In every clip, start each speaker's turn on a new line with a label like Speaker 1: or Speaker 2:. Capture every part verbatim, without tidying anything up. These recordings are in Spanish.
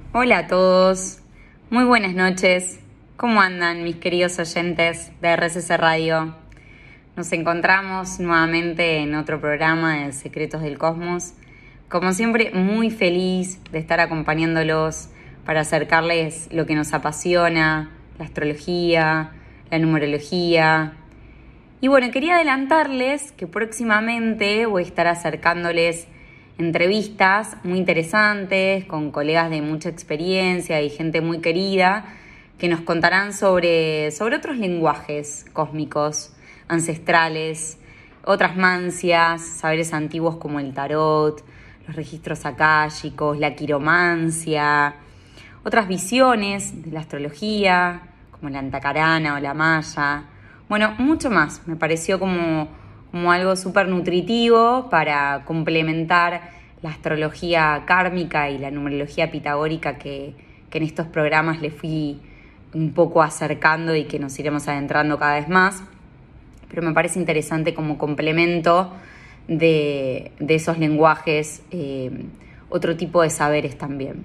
Speaker 1: Hola a todos, muy buenas noches. ¿Cómo andan mis queridos oyentes de R C C Radio? Nos encontramos nuevamente en otro programa de Secretos del Cosmos. Como siempre, muy feliz de estar acompañándolos para acercarles lo que nos apasiona, la astrología, la numerología. Y bueno, quería adelantarles que próximamente voy a estar acercándoles entrevistas muy interesantes con colegas de mucha experiencia y gente muy querida que nos contarán sobre, sobre otros lenguajes cósmicos, ancestrales, otras mancias, saberes antiguos como el tarot, los registros akáshicos, la quiromancia, otras visiones de la astrología como la antacarana o la maya. Bueno, mucho más. Me pareció como, como algo súper nutritivo para complementar la astrología kármica y la numerología pitagórica que, que en estos programas le fui un poco acercando y que nos iremos adentrando cada vez más. Pero me parece interesante como complemento de, de esos lenguajes, eh, otro tipo de saberes también.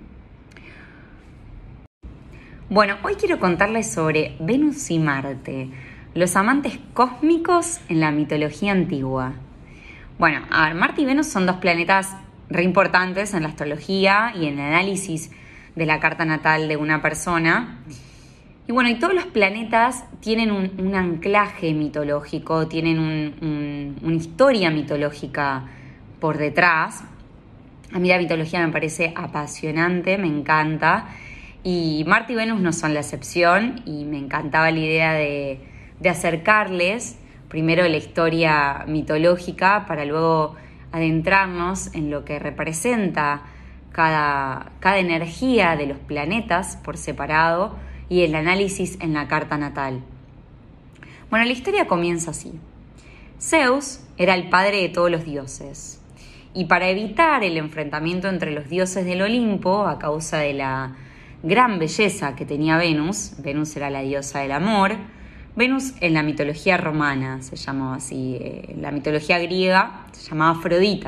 Speaker 1: Bueno, hoy quiero contarles sobre Venus y Marte, los amantes cósmicos en la mitología antigua. Bueno, a ver, Marte y Venus son dos planetas re importantes en la astrología y en el análisis de la carta natal de una persona. Y bueno, y todos los planetas tienen un, un anclaje mitológico, tienen un, un, una historia mitológica por detrás. A mí la mitología me parece apasionante, me encanta. Y Marte y Venus no son la excepción y me encantaba la idea de, de acercarles primero la historia mitológica para luego adentrarnos en lo que representa cada, cada energía de los planetas por separado y el análisis en la carta natal. Bueno, la historia comienza así. Zeus era el padre de todos los dioses y para evitar el enfrentamiento entre los dioses del Olimpo a causa de la gran belleza que tenía Venus, Venus era la diosa del amor, Venus en la mitología romana se llamaba así, en la mitología griega se llamaba Afrodita.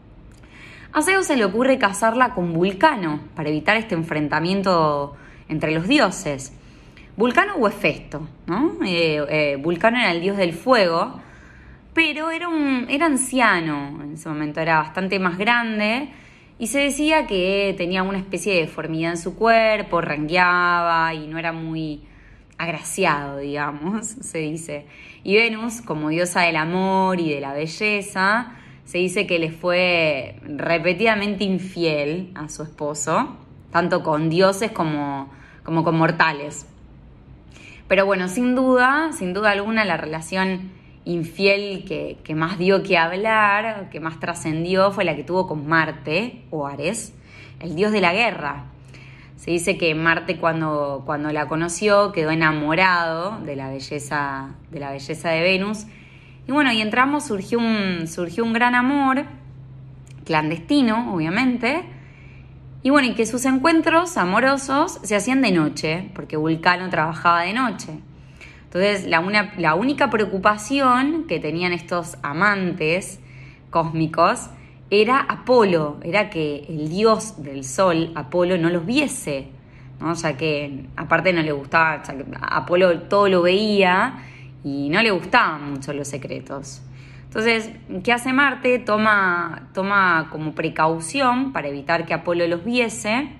Speaker 1: A Zeus se le ocurre casarla con Vulcano para evitar este enfrentamiento entre los dioses. Vulcano o Hefesto, ¿no? Eh, eh, Vulcano era el dios del fuego, pero era, un, era anciano, en ese momento era bastante más grande y se decía que tenía una especie de deformidad en su cuerpo, rengueaba y no era muy agraciado, digamos, se dice. Y Venus, como diosa del amor y de la belleza, se dice que le fue repetidamente infiel a su esposo, tanto con dioses como, como con mortales. Pero bueno, sin duda, sin duda alguna, la relación infiel que, que más dio que hablar, que más trascendió, fue la que tuvo con Marte, o Ares, el dios de la guerra. Se dice que Marte cuando, cuando la conoció quedó enamorado de la belleza, de la belleza de Venus. Y bueno, y entre ambos surgió un, surgió un gran amor, clandestino, obviamente. Y bueno, y que sus encuentros amorosos se hacían de noche, porque Vulcano trabajaba de noche. Entonces, la, una, la única preocupación que tenían estos amantes cósmicos era Apolo, era que el dios del sol, Apolo, no los viese, ¿no? Ya que aparte no le gustaba, ya que Apolo todo lo veía y no le gustaban mucho los secretos. Entonces, ¿qué hace Marte? Toma, toma como precaución para evitar que Apolo los viese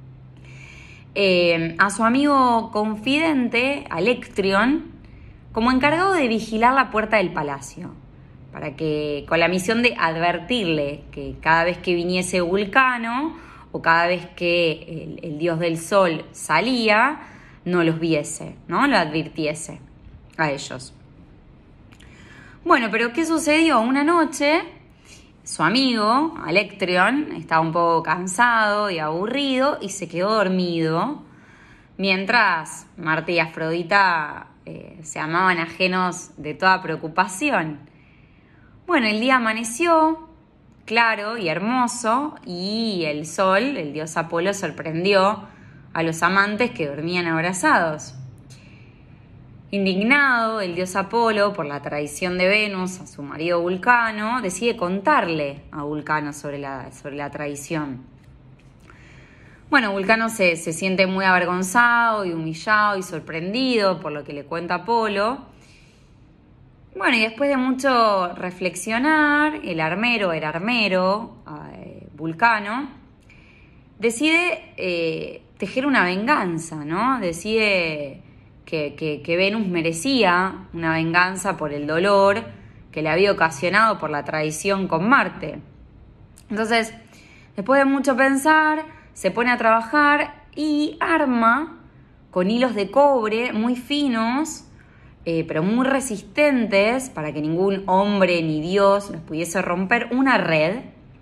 Speaker 1: eh, a su amigo confidente, Alectrion, como encargado de vigilar la puerta del palacio, para que, con la misión de advertirle que cada vez que viniese Vulcano o cada vez que el, el dios del sol salía, no los viese, ¿no? Lo advirtiese a ellos. Bueno, pero ¿qué sucedió? Una noche, su amigo, Alectrion, estaba un poco cansado y aburrido y se quedó dormido, mientras Marte y Afrodita eh, se amaban ajenos de toda preocupación. Bueno, el día amaneció claro y hermoso y el sol, el dios Apolo, sorprendió a los amantes que dormían abrazados. Indignado, el dios Apolo, por la traición de Venus a su marido Vulcano, decide contarle a Vulcano sobre la, sobre la traición. Bueno, Vulcano se, se siente muy avergonzado y humillado y sorprendido por lo que le cuenta Apolo. Bueno, y después de mucho reflexionar, el armero, el armero, eh, Vulcano, decide eh, tejer una venganza, ¿no? Decide que, que, que Venus merecía una venganza por el dolor que le había ocasionado por la traición con Marte. Entonces, después de mucho pensar, se pone a trabajar y arma con hilos de cobre muy finos, eh, pero muy resistentes, para que ningún hombre ni Dios los pudiese romper, una red.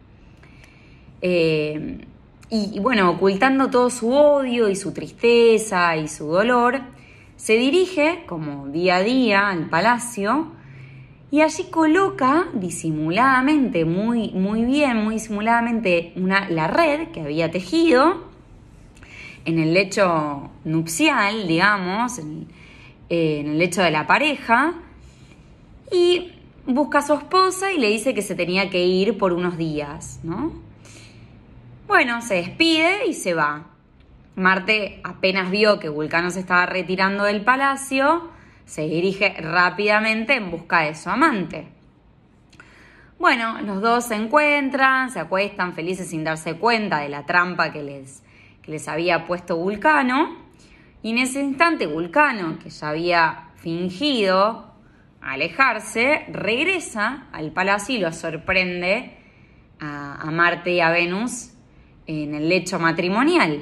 Speaker 1: Eh, y, y bueno, ocultando todo su odio y su tristeza y su dolor, se dirige, como día a día, al palacio y allí coloca disimuladamente, muy, muy bien, muy disimuladamente, una, la red que había tejido en el lecho nupcial, digamos, en, eh, en el lecho de la pareja, y busca a su esposa y le dice que se tenía que ir por unos días, ¿no? Bueno, se despide y se va. Marte apenas vio que Vulcano se estaba retirando del palacio, se dirige rápidamente en busca de su amante. Bueno, los dos se encuentran, se acuestan felices sin darse cuenta de la trampa que les, que les había puesto Vulcano. Y en ese instante Vulcano, que ya había fingido alejarse, regresa al palacio y lo sorprende a, a Marte y a Venus en el lecho matrimonial.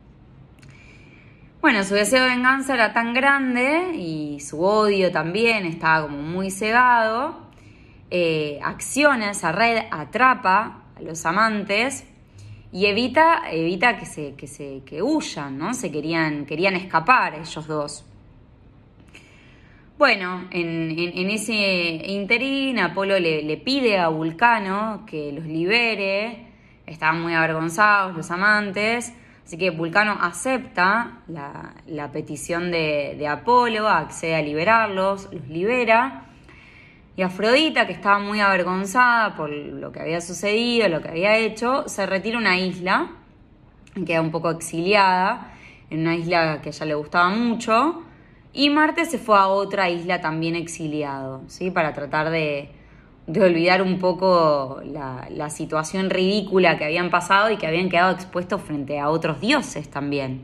Speaker 1: Bueno, su deseo de venganza era tan grande y su odio también estaba como muy cegado. Eh, acciona esa red, atrapa a los amantes y evita, evita que, se, que, se, que huyan, ¿no? Se querían, querían escapar ellos dos. Bueno, en, en, en ese interín Apolo le, le pide a Vulcano que los libere. Estaban muy avergonzados los amantes. Así que Vulcano acepta la, la petición de, de Apolo, accede a liberarlos, los libera. Y Afrodita, que estaba muy avergonzada por lo que había sucedido, lo que había hecho, se retira a una isla, queda un poco exiliada, en una isla que a ella le gustaba mucho. Y Marte se fue a otra isla también exiliado, ¿sí? Para tratar de... de olvidar un poco la, la situación ridícula que habían pasado y que habían quedado expuestos frente a otros dioses también.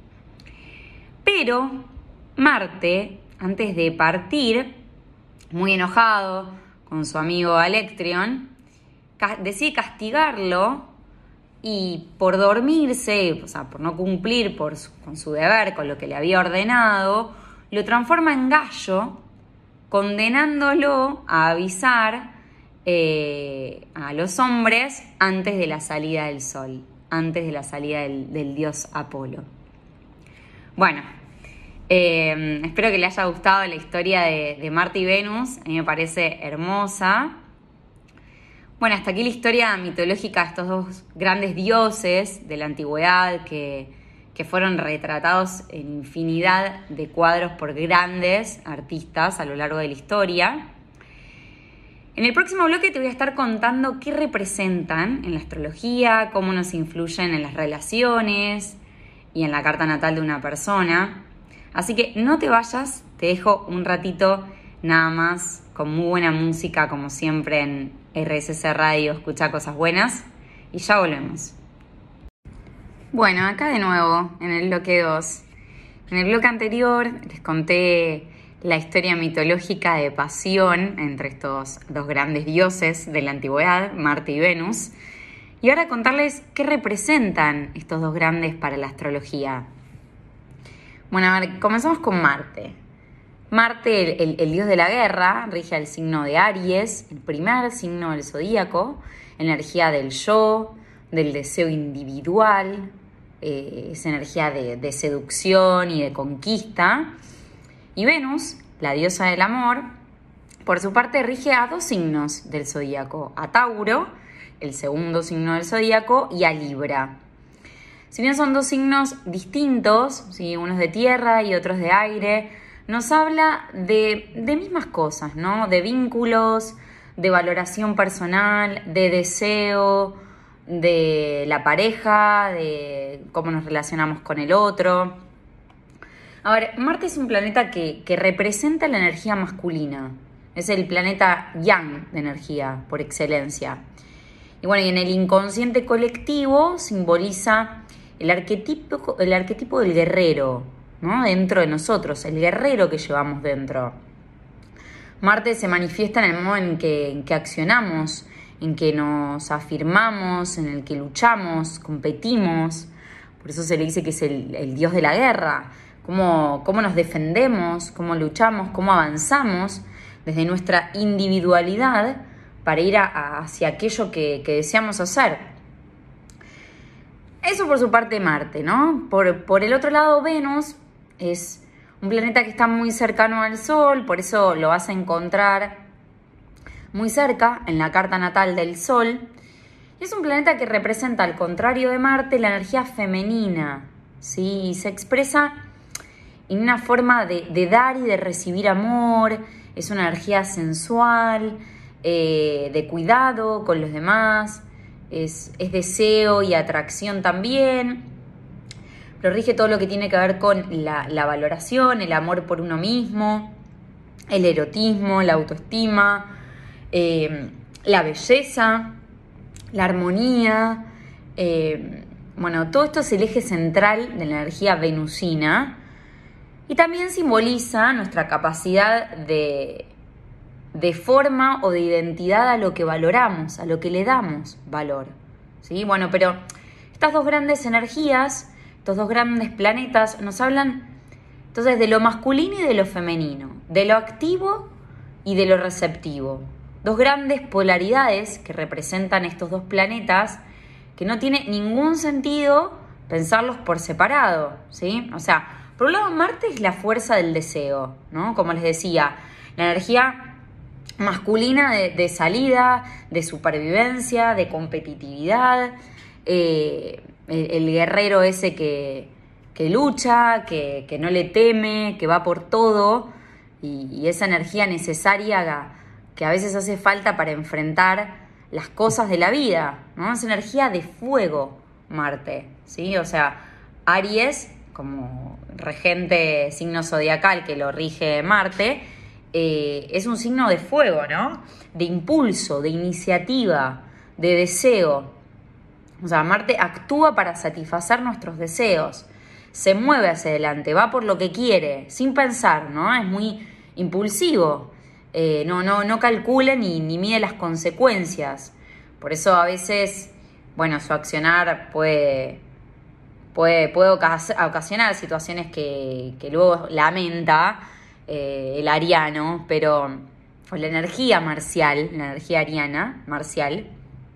Speaker 1: Pero Marte, antes de partir, muy enojado con su amigo Alectrion, ca- decide castigarlo y por dormirse, o sea, por no cumplir por su, con su deber, con lo que le había ordenado, lo transforma en gallo, condenándolo a avisar Eh, a los hombres antes de la salida del sol, antes de la salida del, del dios Apolo. Bueno, eh, espero que le haya gustado la historia de, de Marte y Venus, a mí me parece hermosa. Bueno, hasta aquí la historia mitológica de estos dos grandes dioses de la antigüedad que, que fueron retratados en infinidad de cuadros por grandes artistas a lo largo de la historia. En el próximo bloque te voy a estar contando qué representan en la astrología, cómo nos influyen en las relaciones y en la carta natal de una persona. Así que no te vayas, te dejo un ratito nada más con muy buena música, como siempre en R S C Radio, escucha cosas buenas y ya volvemos. Bueno, acá de nuevo en el bloque dos. En el bloque anterior les conté la historia mitológica de pasión entre estos dos grandes dioses de la antigüedad, Marte y Venus. Y ahora contarles qué representan estos dos grandes para la astrología. Bueno, a ver, comenzamos con Marte. Marte, el, el, el dios de la guerra, rige al signo de Aries, el primer signo del zodíaco, energía del yo, del deseo individual, eh, es energía de, de seducción y de conquista. Y Venus, la diosa del amor, por su parte rige a dos signos del zodíaco, a Tauro, el segundo signo del zodíaco, y a Libra. Si bien son dos signos distintos, ¿sí? Unos de tierra y otros de aire, nos habla de, de mismas cosas, ¿no? De vínculos, de valoración personal, de deseo, de la pareja, de cómo nos relacionamos con el otro. A ver, Marte es un planeta que, que representa la energía masculina. Es el planeta yang de energía, por excelencia. Y bueno, y en el inconsciente colectivo simboliza el arquetipo, el arquetipo del guerrero, ¿no? Dentro de nosotros, el guerrero que llevamos dentro. Marte se manifiesta en el modo en que, en que accionamos, en que nos afirmamos, en el que luchamos, competimos. Por eso se le dice que es el, el dios de la guerra. Cómo, cómo nos defendemos, cómo luchamos, cómo avanzamos desde nuestra individualidad para ir a, a, hacia aquello que, que deseamos hacer. Eso por su parte Marte, ¿no? Por, por el otro lado, Venus es un planeta que está muy cercano al Sol, por eso lo vas a encontrar muy cerca en la carta natal del Sol. Y es un planeta que representa, al contrario de Marte, la energía femenina, ¿sí? Y se expresa en una forma de, de dar y de recibir amor. Es una energía sensual, eh, de cuidado con los demás, es, es deseo y atracción también, pero rige todo lo que tiene que ver con la, la valoración, el amor por uno mismo, el erotismo, la autoestima, eh, la belleza, la armonía. Eh, bueno, todo esto es el eje central de la energía venusina. Y también simboliza nuestra capacidad de, de forma o de identidad a lo que valoramos, a lo que le damos valor, ¿sí? Bueno, pero estas dos grandes energías, estos dos grandes planetas, nos hablan entonces de lo masculino y de lo femenino, de lo activo y de lo receptivo. Dos grandes polaridades que representan estos dos planetas que no tiene ningún sentido pensarlos por separado, ¿sí? O sea, por un lado, Marte es la fuerza del deseo, ¿no? Como les decía, la energía masculina de, de salida, de supervivencia, de competitividad, eh, el, el guerrero ese que, que lucha, que, que no le teme, que va por todo, y, y esa energía necesaria que a veces hace falta para enfrentar las cosas de la vida, ¿no? Es energía de fuego, Marte, ¿sí? O sea, Aries, como regente signo zodiacal que lo rige Marte, eh, es un signo de fuego, ¿no? De impulso, de iniciativa, de deseo. O sea, Marte actúa para satisfacer nuestros deseos, se mueve hacia adelante, va por lo que quiere, sin pensar, ¿no? Es muy impulsivo, eh, no, no, no calcula ni, ni mide las consecuencias. Por eso a veces, bueno, su accionar puede... Puede, puede ocasionar situaciones que, que luego lamenta eh, el ariano, pero o la energía marcial, la energía ariana, marcial.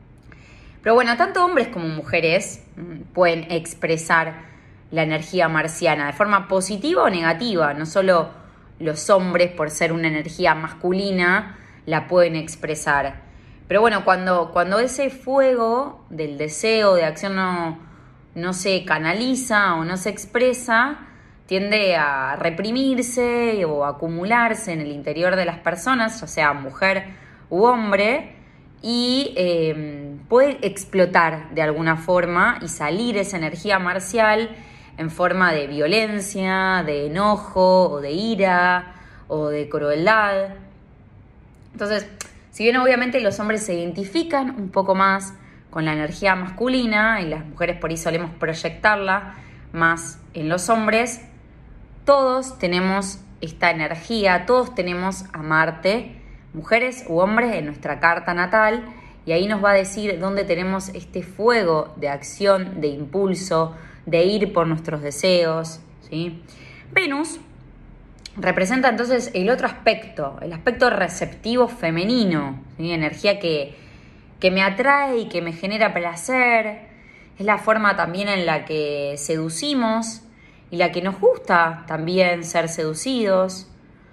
Speaker 1: Pero bueno, tanto hombres como mujeres pueden expresar la energía marciana de forma positiva o negativa. No solo los hombres, por ser una energía masculina, la pueden expresar. Pero bueno, cuando, cuando ese fuego del deseo, de acción no... no se canaliza o no se expresa, tiende a reprimirse o a acumularse en el interior de las personas, ya sea mujer u hombre, y eh, puede explotar de alguna forma y salir esa energía marcial en forma de violencia, de enojo o de ira o de crueldad. Entonces, si bien obviamente los hombres se identifican un poco más con la energía masculina y las mujeres por ahí solemos proyectarla más en los hombres, todos tenemos esta energía, todos tenemos a Marte, mujeres u hombres, en nuestra carta natal, y ahí nos va a decir dónde tenemos este fuego de acción, de impulso, de ir por nuestros deseos, ¿sí? Venus representa entonces el otro aspecto, el aspecto receptivo femenino, ¿sí? Energía que que me atrae y que me genera placer, es la forma también en la que seducimos y la que nos gusta también ser seducidos,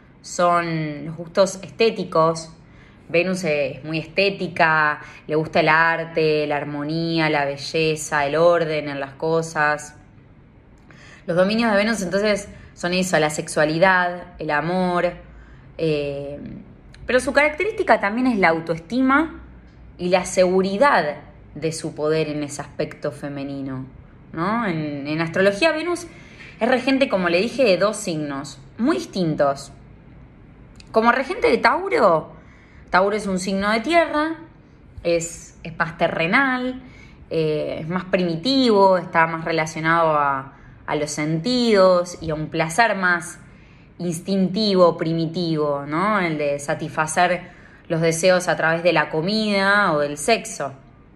Speaker 1: son los gustos estéticos. Venus es muy estética, le gusta el arte, la armonía, la belleza, el orden en las cosas. Los dominios de Venus entonces son eso, la sexualidad, el amor, eh, pero su característica también es la autoestima y la seguridad de su poder en ese aspecto femenino, ¿no? En, en astrología, Venus es regente, como le dije, de dos signos muy distintos. Como regente de Tauro, Tauro es un signo de tierra, es, es más terrenal, eh, es más primitivo, está más relacionado a, a los sentidos y a un placer más instintivo, primitivo, ¿no? El de satisfacer los deseos a través de la comida o del sexo.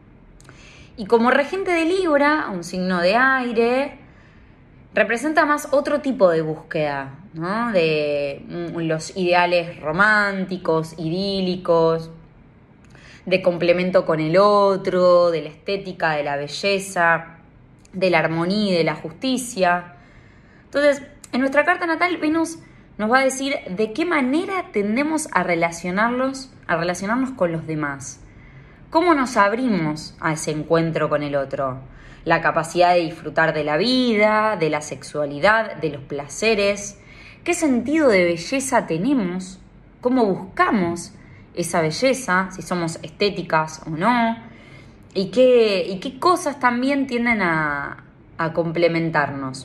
Speaker 1: Y como regente de Libra, un signo de aire, representa más otro tipo de búsqueda, ¿no? De mm, los ideales románticos, idílicos, de complemento con el otro, de la estética, de la belleza, de la armonía y de la justicia. Entonces, en nuestra carta natal, Venus nos va a decir de qué manera tendemos a relacionarlos, a relacionarnos con los demás. ¿Cómo nos abrimos a ese encuentro con el otro? La capacidad de disfrutar de la vida, de la sexualidad, de los placeres. ¿Qué sentido de belleza tenemos? ¿Cómo buscamos esa belleza? Si somos estéticas o no. ¿Y qué, y qué cosas también tienden a, a complementarnos?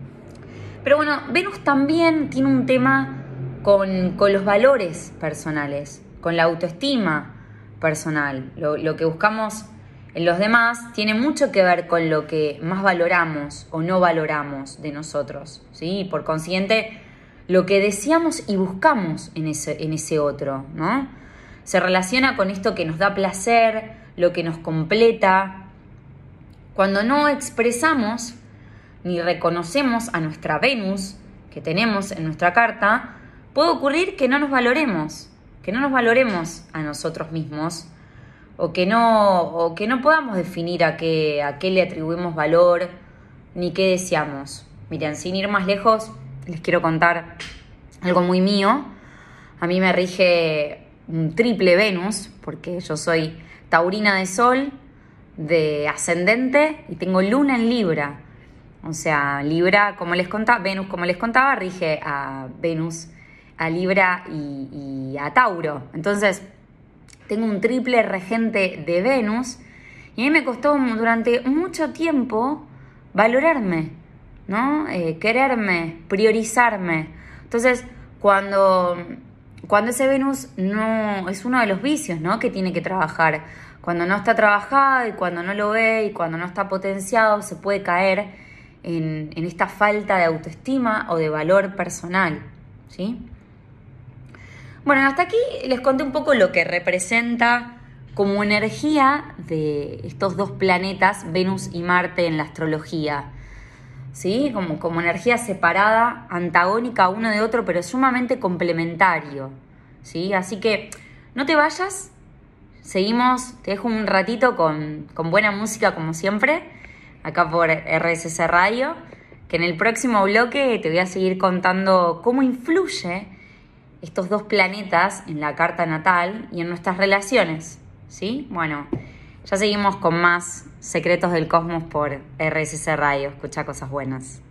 Speaker 1: Pero bueno, Venus también tiene un tema con, con los valores personales, con la autoestima personal. Lo, lo que buscamos en los demás tiene mucho que ver con lo que más valoramos o no valoramos de nosotros, ¿sí? Y por consiguiente, lo que deseamos y buscamos en ese, en ese otro, ¿no? Se relaciona con esto que nos da placer, lo que nos completa. Cuando no expresamos ni reconocemos a nuestra Venus que tenemos en nuestra carta, puede ocurrir que no nos valoremos, que no nos valoremos a nosotros mismos, o que no, o que no podamos definir a qué, a qué le atribuimos valor, ni qué deseamos. Miren, sin ir más lejos, les quiero contar algo muy mío. A mí me rige un triple Venus, porque yo soy taurina de Sol, de ascendente, y tengo luna en Libra. O sea, Libra, como les contaba, Venus, como les contaba, rige a Venus, a Libra y, y a Tauro. Entonces, tengo un triple regente de Venus y a mí me costó durante mucho tiempo valorarme, ¿no? Eh, quererme, priorizarme. Entonces, cuando, cuando ese Venus no es uno de los vicios, ¿no? Que tiene que trabajar. Cuando no está trabajado y cuando no lo ve y cuando no está potenciado, se puede caer En, en esta falta de autoestima o de valor personal, ¿sí? Bueno, hasta aquí les conté un poco lo que representa como energía de estos dos planetas, Venus y Marte, en la astrología, ¿sí? Como, como energía separada, antagónica uno de otro, pero sumamente complementario, ¿sí? Así que no te vayas, seguimos, te dejo un ratito con, con buena música como siempre, acá por R S C Radio, que en el próximo bloque te voy a seguir contando cómo influye estos dos planetas en la carta natal y en nuestras relaciones, ¿sí? Bueno, ya seguimos con más Secretos del Cosmos por R S C Radio. Escucha cosas buenas.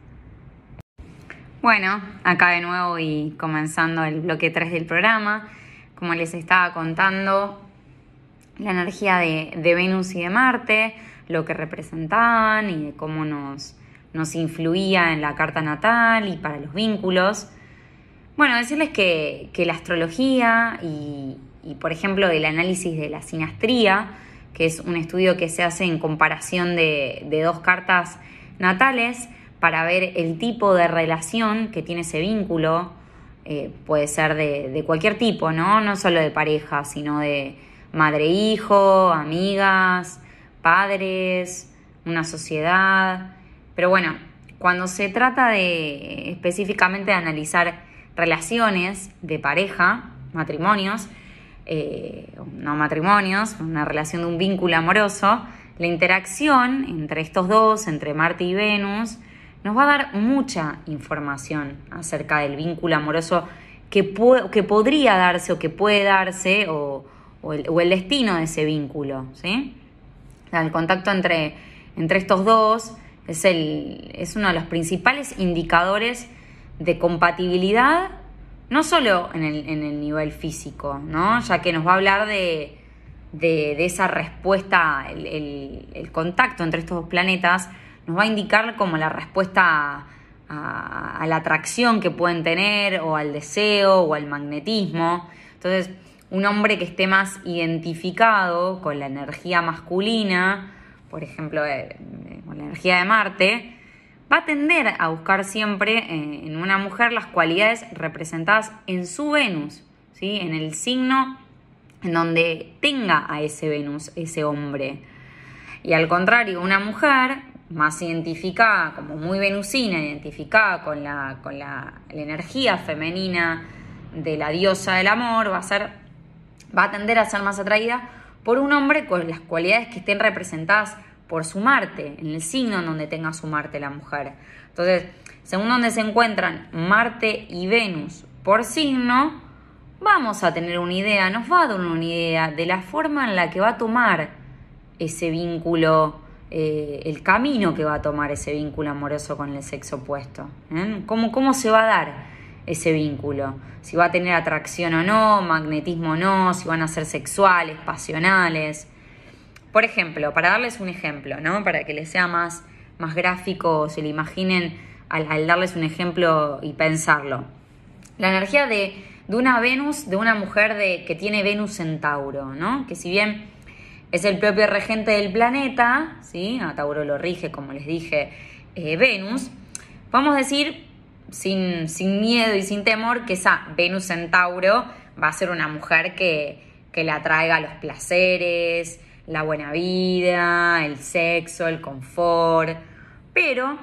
Speaker 1: Bueno, acá de nuevo y comenzando el bloque tres del programa. Como les estaba contando, la energía de, de Venus y de Marte, lo que representaban y de cómo nos, nos influía en la carta natal y para los vínculos. Bueno, decirles que, que la astrología y, y, por ejemplo, el análisis de la sinastría, que es un estudio que se hace en comparación de, de dos cartas natales para ver el tipo de relación que tiene ese vínculo, eh, puede ser de, de cualquier tipo, ¿no? No solo de pareja, sino de madre-hijo, amigas, padres, una sociedad. Pero bueno, cuando se trata de específicamente de analizar relaciones de pareja, matrimonios, eh, no matrimonios, una relación de un vínculo amoroso, la interacción entre estos dos, entre Marte y Venus, nos va a dar mucha información acerca del vínculo amoroso que, pu- que podría darse o que puede darse o, o, el, o el destino de ese vínculo, ¿sí? El contacto entre, entre estos dos es, el, es uno de los principales indicadores de compatibilidad, no solo en el, en el nivel físico, ¿no? Ya que nos va a hablar de, de, de esa respuesta, el, el, el contacto entre estos dos planetas, nos va a indicar como la respuesta a, a, a la atracción que pueden tener, o al deseo, o al magnetismo. Entonces, un hombre que esté más identificado con la energía masculina, por ejemplo, eh, con la energía de Marte, va a tender a buscar siempre eh, en una mujer las cualidades representadas en su Venus, ¿sí? En el signo en donde tenga a ese Venus, ese hombre. Y al contrario, una mujer más identificada, como muy venusina, identificada con la, con la, la energía femenina de la diosa del amor, va a ser, va a tender a ser más atraída por un hombre con las cualidades que estén representadas por su Marte, en el signo en donde tenga su Marte la mujer. Entonces, según donde se encuentran Marte y Venus por signo, vamos a tener una idea, nos va a dar una idea de la forma en la que va a tomar ese vínculo, eh, el camino que va a tomar ese vínculo amoroso con el sexo opuesto. ¿eh? ¿Cómo, cómo se va a dar ese vínculo? Si va a tener atracción o no, magnetismo o no, si van a ser sexuales, pasionales. Por ejemplo, para darles un ejemplo, ¿no? Para que les sea más, más gráfico, se lo imaginen al, al darles un ejemplo y pensarlo. La energía de, de una Venus, de una mujer de, que tiene Venus en Tauro, ¿no? Que si bien es el propio regente del planeta, ¿sí? A Tauro lo rige, como les dije, eh, Venus. Vamos a decir, sin, sin miedo y sin temor, que esa Venus en Tauro va a ser una mujer que, que le atraiga los placeres, la buena vida, el sexo, el confort, pero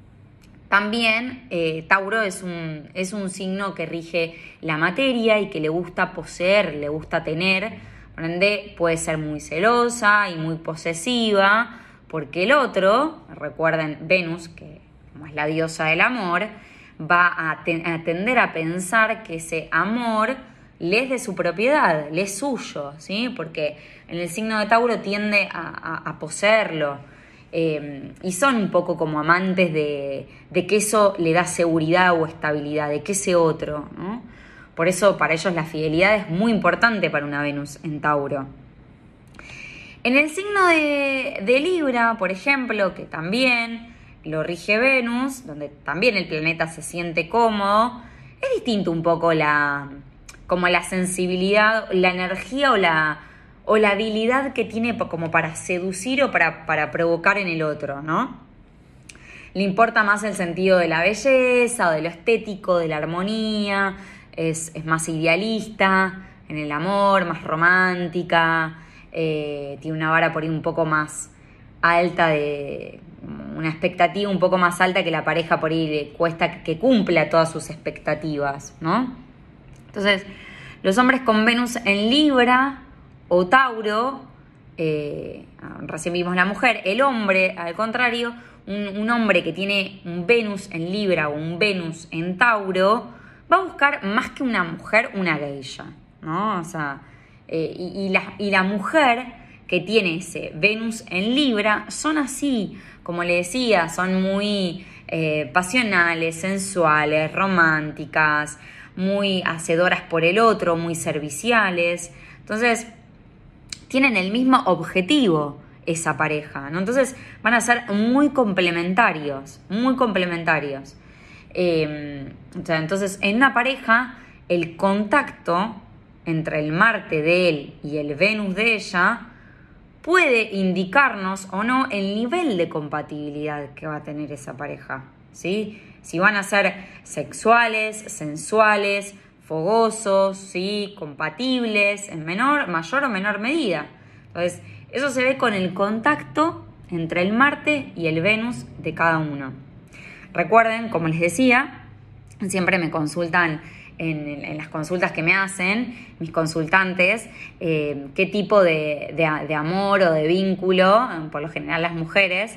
Speaker 1: también eh, Tauro es un, es un signo que rige la materia y que le gusta poseer, le gusta tener, por ende puede ser muy celosa y muy posesiva, porque el otro, recuerden Venus, que como es la diosa del amor, va a, ten, a tender a pensar que ese amor le es de su propiedad, le es suyo, ¿sí? Porque en el signo de Tauro tiende a, a, a poseerlo. Eh, y son un poco como amantes de, de que eso le da seguridad o estabilidad, de que ese otro, ¿no? Por eso para ellos la fidelidad es muy importante para una Venus en Tauro. En el signo de, de Libra, por ejemplo, que también lo rige Venus, donde también el planeta se siente cómodo, es distinto un poco la... como la sensibilidad, la energía o la, o la habilidad que tiene como para seducir o para, para provocar en el otro, ¿no? Le importa más el sentido de la belleza o de lo estético, de la armonía, es, es más idealista en el amor, más romántica, eh, tiene una vara por ahí un poco más alta, de una expectativa un poco más alta que la pareja por ahí le cuesta que cumpla todas sus expectativas, ¿no? Entonces, los hombres con Venus en Libra o Tauro, eh, recién vimos la mujer, el hombre, al contrario, un, un hombre que tiene un Venus en Libra o un Venus en Tauro, va a buscar más que una mujer, una geisha, ¿no? O sea, eh, y, y, la, y la mujer que tiene ese Venus en Libra son así, como le decía, son muy eh, pasionales, sensuales, románticas, muy hacedoras por el otro, muy serviciales. Entonces, tienen el mismo objetivo esa pareja, ¿no? Entonces, van a ser muy complementarios, muy complementarios. Eh, o sea, entonces, en una pareja, el contacto entre el Marte de él y el Venus de ella puede indicarnos o no el nivel de compatibilidad que va a tener esa pareja, ¿sí? Si van a ser sexuales, sensuales, fogosos, ¿sí? Compatibles en menor, mayor o menor medida. Entonces, eso se ve con el contacto entre el Marte y el Venus de cada uno. Recuerden, como les decía, siempre me consultan en, en las consultas que me hacen mis consultantes, eh, qué tipo de, de, de amor o de vínculo, por lo general las mujeres,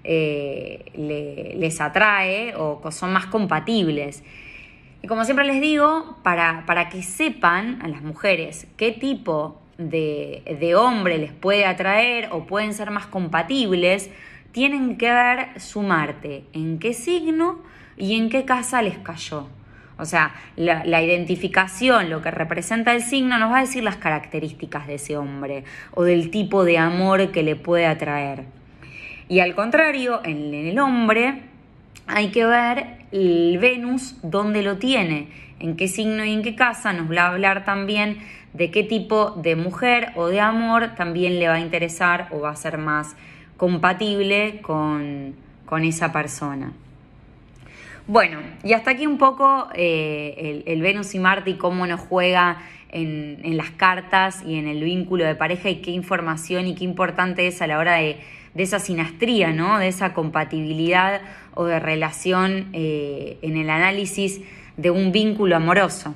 Speaker 1: eh, le, les atrae o son más compatibles. Y como siempre les digo, para, para que sepan a las mujeres qué tipo de, de hombre les puede atraer o pueden ser más compatibles, tienen que ver su Marte, en qué signo y en qué casa les cayó. O sea, la, la identificación, lo que representa el signo, nos va a decir las características de ese hombre o del tipo de amor que le puede atraer. Y al contrario, en, en el hombre hay que ver el Venus dónde lo tiene, en qué signo y en qué casa. Nos va a hablar también de qué tipo de mujer o de amor también le va a interesar o va a ser más compatible con, con esa persona. Bueno, y hasta aquí un poco eh, el, el Venus y Marte y cómo nos juega en, en las cartas y en el vínculo de pareja y qué información y qué importante es a la hora de, de esa sinastría, ¿no? De esa compatibilidad o de relación eh, en el análisis de un vínculo amoroso.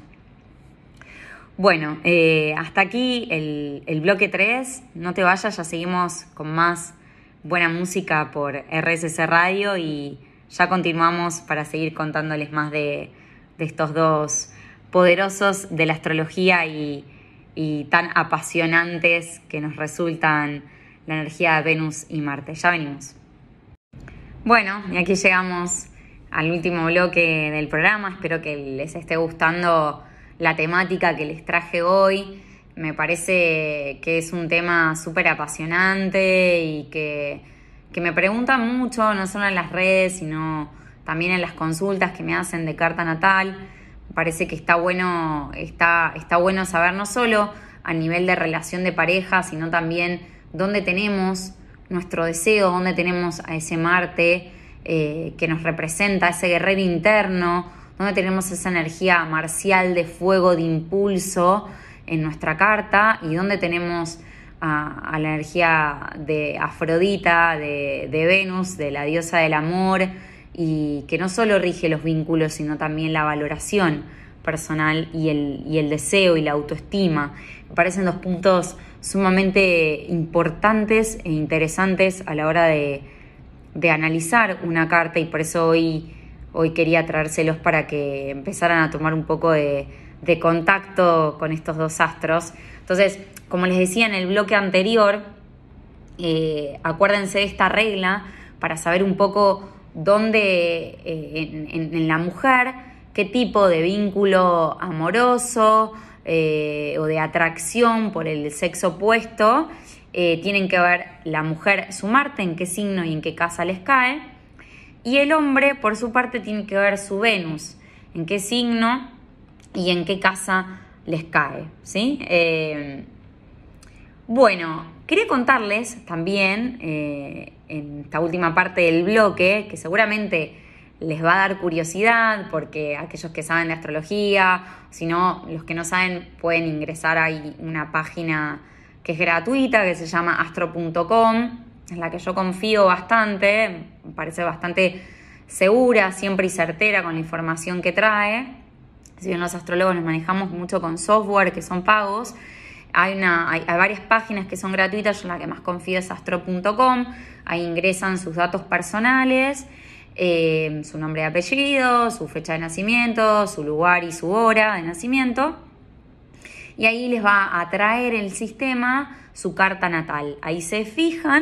Speaker 1: Bueno, eh, hasta aquí el, el bloque tres. No te vayas, ya seguimos con más buena música por R S C Radio y ya continuamos para seguir contándoles más de, de estos dos poderosos de la astrología y, y tan apasionantes que nos resultan la energía de Venus y Marte. Ya venimos. Bueno, y aquí llegamos al último bloque del programa. Espero que les esté gustando la temática que les traje hoy. Me parece que es un tema súper apasionante y que, que me preguntan mucho, no solo en las redes, sino también en las consultas que me hacen de carta natal. Me parece que está bueno, está, está bueno saber no solo a nivel de relación de pareja, sino también dónde tenemos nuestro deseo, dónde tenemos a ese Marte eh, que nos representa, ese guerrero interno, dónde tenemos esa energía marcial de fuego, de impulso en nuestra carta, y dónde tenemos a, a la energía de Afrodita, de, de Venus, de la diosa del amor, y que no solo rige los vínculos, sino también la valoración personal y el, y el deseo y la autoestima. Me parecen dos puntos sumamente importantes e interesantes a la hora de, de analizar una carta, y por eso hoy, hoy quería traérselos para que empezaran a tomar un poco de, de contacto con estos dos astros. Entonces, como les decía en el bloque anterior, eh, acuérdense de esta regla para saber un poco dónde eh, en, en, en la mujer, qué tipo de vínculo amoroso eh, o de atracción por el sexo opuesto eh, tienen que ver la mujer, su Marte, en qué signo y en qué casa les cae, y el hombre, por su parte, tiene que ver su Venus, en qué signo y en qué casa les cae, ¿sí? Eh, bueno, quería contarles también eh, en esta última parte del bloque, que seguramente les va a dar curiosidad, porque aquellos que saben de astrología, si no, los que no saben, pueden ingresar a una página que es gratuita, que se llama astro punto com, en la que yo confío bastante, me parece bastante segura, siempre y certera con la información que trae. Si bien los astrólogos nos manejamos mucho con software que son pagos, hay, una, hay, hay varias páginas que son gratuitas. Yo la que más confío es astro punto com. Ahí ingresan sus datos personales, eh, su nombre y apellido, su fecha de nacimiento, su lugar y su hora de nacimiento, y ahí les va a traer el sistema su carta natal. Ahí se fijan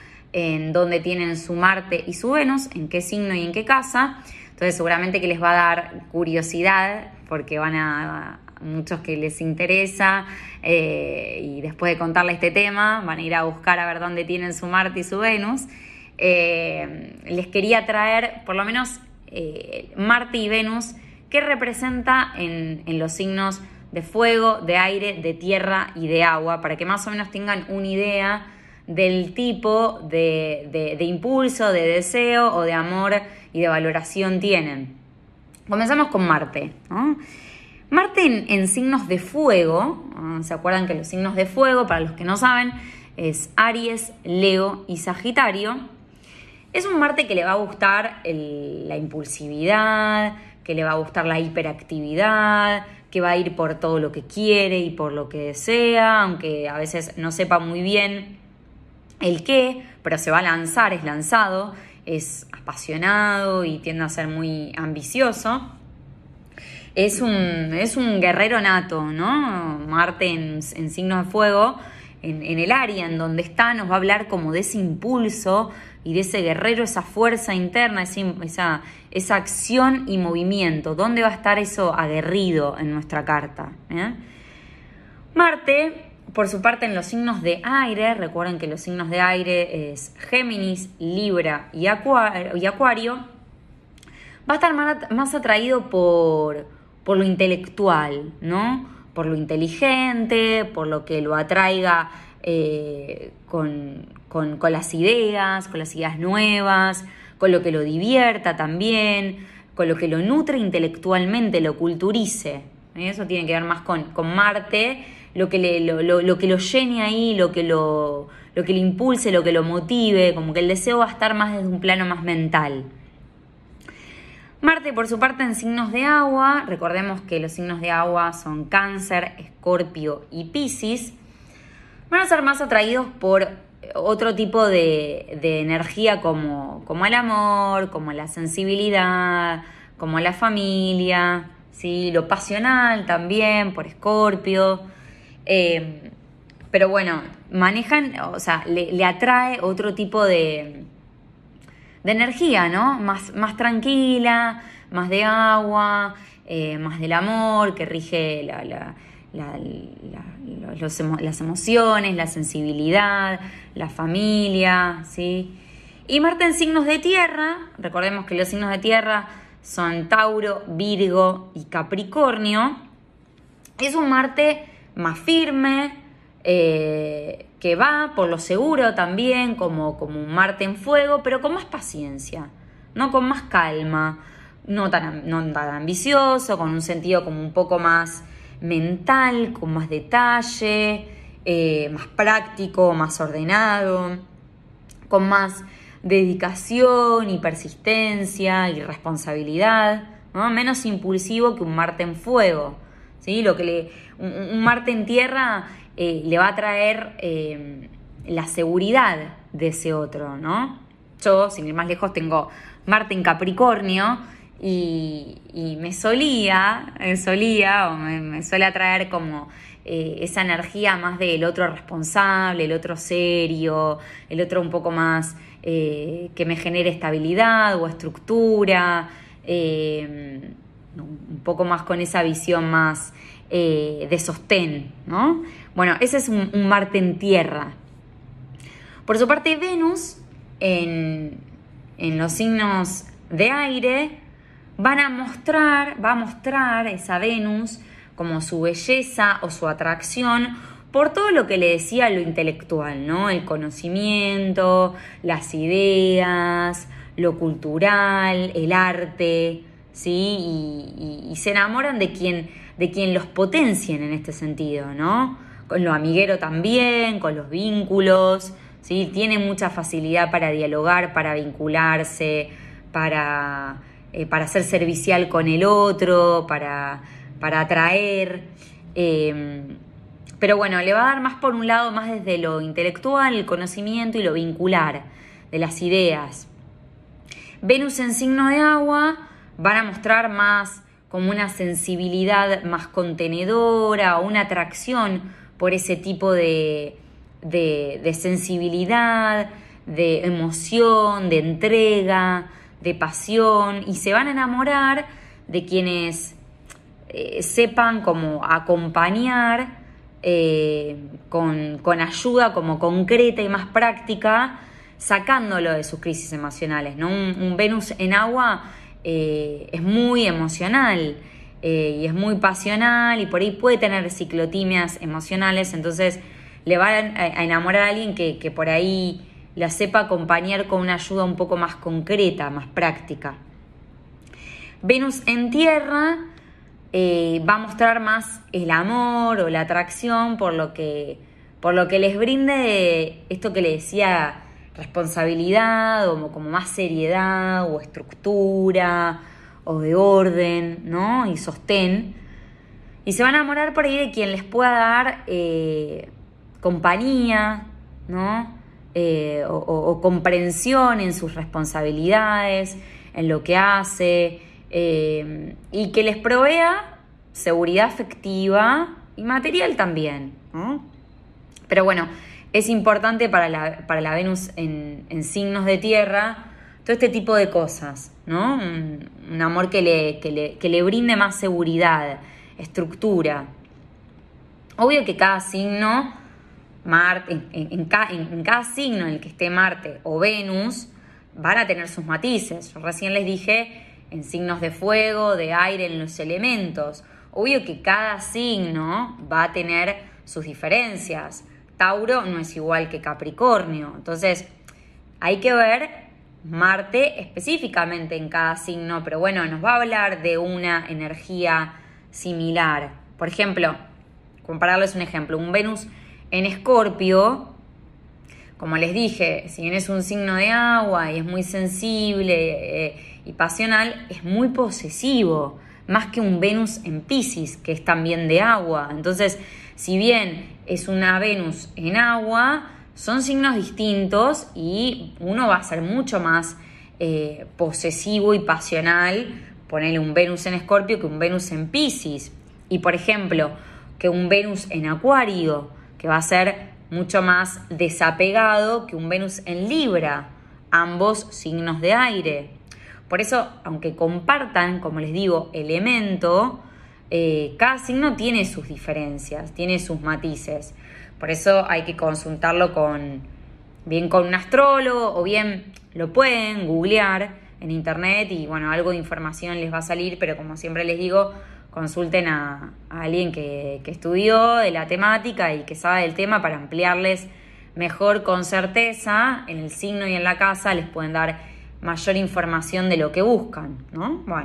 Speaker 1: en dónde tienen su Marte y su Venus, en qué signo y en qué casa. Entonces seguramente que les va a dar curiosidad, porque van a, a muchos que les interesa, eh, y después de contarles este tema van a ir a buscar a ver dónde tienen su Marte y su Venus. Eh, les quería traer por lo menos eh, Marte y Venus, qué representa en, en los signos de fuego, de aire, de tierra y de agua, para que más o menos tengan una idea del tipo de, de, de impulso, de deseo o de amor y de valoración tienen. Comenzamos con Marte, ¿no? Marte en, en signos de fuego, ¿no? ¿Se acuerdan que los signos de fuego, para los que no saben, es Aries, Leo y Sagitario? Es un Marte que le va a gustar el, la impulsividad, que le va a gustar la hiperactividad, que va a ir por todo lo que quiere y por lo que desea, aunque a veces no sepa muy bien el qué, pero se va a lanzar, es lanzado, es apasionado y tiende a ser muy ambicioso. Es un, es un guerrero nato, ¿no? Marte en, en signos de fuego en, en el área en donde está, nos va a hablar como de ese impulso y de ese guerrero, esa fuerza interna, ese, esa, esa acción y movimiento. ¿Dónde va a estar eso aguerrido en nuestra carta? ¿Eh? Marte, por su parte, en los signos de aire, recuerden que los signos de aire es Géminis, Libra y Acuario, y Acuario va a estar más, más atraído por, por lo intelectual, ¿no? Por lo inteligente, por lo que lo atraiga eh, con, con, con las ideas, con las ideas nuevas, con lo que lo divierta también, con lo que lo nutre intelectualmente, lo culturice. ¿Eh? Eso tiene que ver más con, con Marte, lo que, le, lo, lo, lo que lo llene ahí, lo que lo, lo que le impulse, lo que lo motive, como que el deseo va a estar más desde un plano más mental. Marte, por su parte, en signos de agua, recordemos que los signos de agua son Cáncer, Escorpio y Piscis, van a ser más atraídos por otro tipo de, de energía como, como el amor, como la sensibilidad, como la familia, ¿sí? Lo pasional también por Escorpio. Eh, pero bueno, manejan, o sea, le, le atrae otro tipo de... de energía, ¿no? Más, más tranquila, más de agua, eh, más del amor, que rige la, la, la, la, los, las emociones, la sensibilidad, la familia, ¿sí? Y Marte en signos de tierra, recordemos que los signos de tierra son Tauro, Virgo y Capricornio. Es un Marte más firme, eh, que va por lo seguro también, como, como un Marte en fuego, pero con más paciencia, ¿no? Con más calma, no tan, no tan ambicioso, con un sentido como un poco más mental, con más detalle, eh, más práctico, más ordenado, con más dedicación y persistencia y responsabilidad, ¿no? Menos impulsivo que un Marte en fuego, ¿sí? Lo que le, un, un Marte en tierra eh, le va a traer eh, la seguridad de ese otro, ¿no? Yo, sin ir más lejos, tengo Marte en Capricornio y, y me solía, me solía o me, me suele atraer como eh, esa energía más del otro responsable, el otro serio, el otro un poco más eh, que me genere estabilidad o estructura, eh, un poco más con esa visión más eh, de sostén, ¿no? Bueno, ese es un, un Marte en tierra. Por su parte, Venus en, en los signos de aire van a mostrar, va a mostrar esa Venus como su belleza o su atracción por todo lo que le decía lo intelectual, ¿no? El conocimiento, las ideas, lo cultural, el arte, ¿sí? Y, y, y se enamoran de quien, de quien los potencien en este sentido, ¿no? Con lo amiguero también, con los vínculos, ¿sí? Tiene mucha facilidad para dialogar, para vincularse, para, eh, para ser servicial con el otro, para, para atraer. Eh, pero bueno, le va a dar más por un lado, más desde lo intelectual, el conocimiento y lo vincular, de las ideas. Venus en signo de agua van a mostrar más como una sensibilidad más contenedora o una atracción por ese tipo de, de, de sensibilidad, de emoción, de entrega, de pasión, y se van a enamorar de quienes eh, sepan como acompañar eh, con, con ayuda como concreta y más práctica, sacándolo de sus crisis emocionales, ¿no? Un, un Venus en agua eh, es muy emocional eh, y es muy pasional y por ahí puede tener ciclotimias emocionales, entonces le van a, a enamorar a alguien que, que por ahí la sepa acompañar con una ayuda un poco más concreta, más práctica. Venus en tierra eh, va a mostrar más el amor o la atracción por lo que, por lo que les brinde esto que le decía, responsabilidad o como más seriedad o estructura o de orden, ¿no? Y sostén. Y se van a enamorar por ahí de quien les pueda dar eh, compañía, ¿no? Eh, o, o, o comprensión en sus responsabilidades, en lo que hace, eh, y que les provea seguridad afectiva y material también, ¿no? Pero bueno, es importante para la, para la Venus en, en signos de tierra todo este tipo de cosas, ¿no? Un, un amor que le, que, le, que le brinde más seguridad, estructura. Obvio que cada signo, Marte, en, en, en, cada, en, en cada signo en el que esté Marte o Venus, van a tener sus matices. Yo recién les dije en signos de fuego, de aire, en los elementos. Obvio que cada signo va a tener sus diferencias. Tauro no es igual que Capricornio. Entonces, hay que ver Marte específicamente en cada signo, pero bueno, nos va a hablar de una energía similar. Por ejemplo, compararles un ejemplo, un Venus en Escorpio, como les dije, si bien es un signo de agua y es muy sensible eh, y pasional, es muy posesivo, más que un Venus en Piscis, que es también de agua. Entonces, si bien es una Venus en agua, son signos distintos y uno va a ser mucho más eh, posesivo y pasional, ponerle un Venus en Escorpio que un Venus en Piscis. Y por ejemplo, que un Venus en Acuario, que va a ser mucho más desapegado que un Venus en Libra, ambos signos de aire. Por eso, aunque compartan, como les digo, elemento, eh, cada signo tiene sus diferencias, tiene sus matices. Por eso hay que consultarlo con, bien con un astrólogo o bien lo pueden googlear en internet y bueno, algo de información les va a salir, pero como siempre les digo, consulten a, a alguien que, que estudió de la temática y que sabe del tema para ampliarles mejor con certeza en el signo y en la casa, les pueden dar mayor información de lo que buscan, ¿no? Bueno,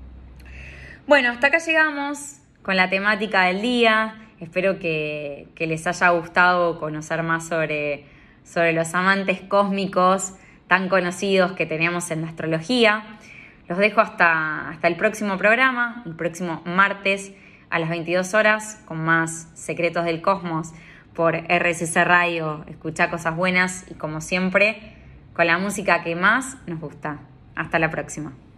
Speaker 1: bueno, hasta acá llegamos con la temática del día. Espero que, que les haya gustado conocer más sobre, sobre los amantes cósmicos tan conocidos que tenemos en la astrología. Los dejo hasta, hasta el próximo programa, el próximo martes a las veintidós horas, con más Secretos del Cosmos por R S C Radio. Escucha cosas buenas y, como siempre, con la música que más nos gusta. Hasta la próxima.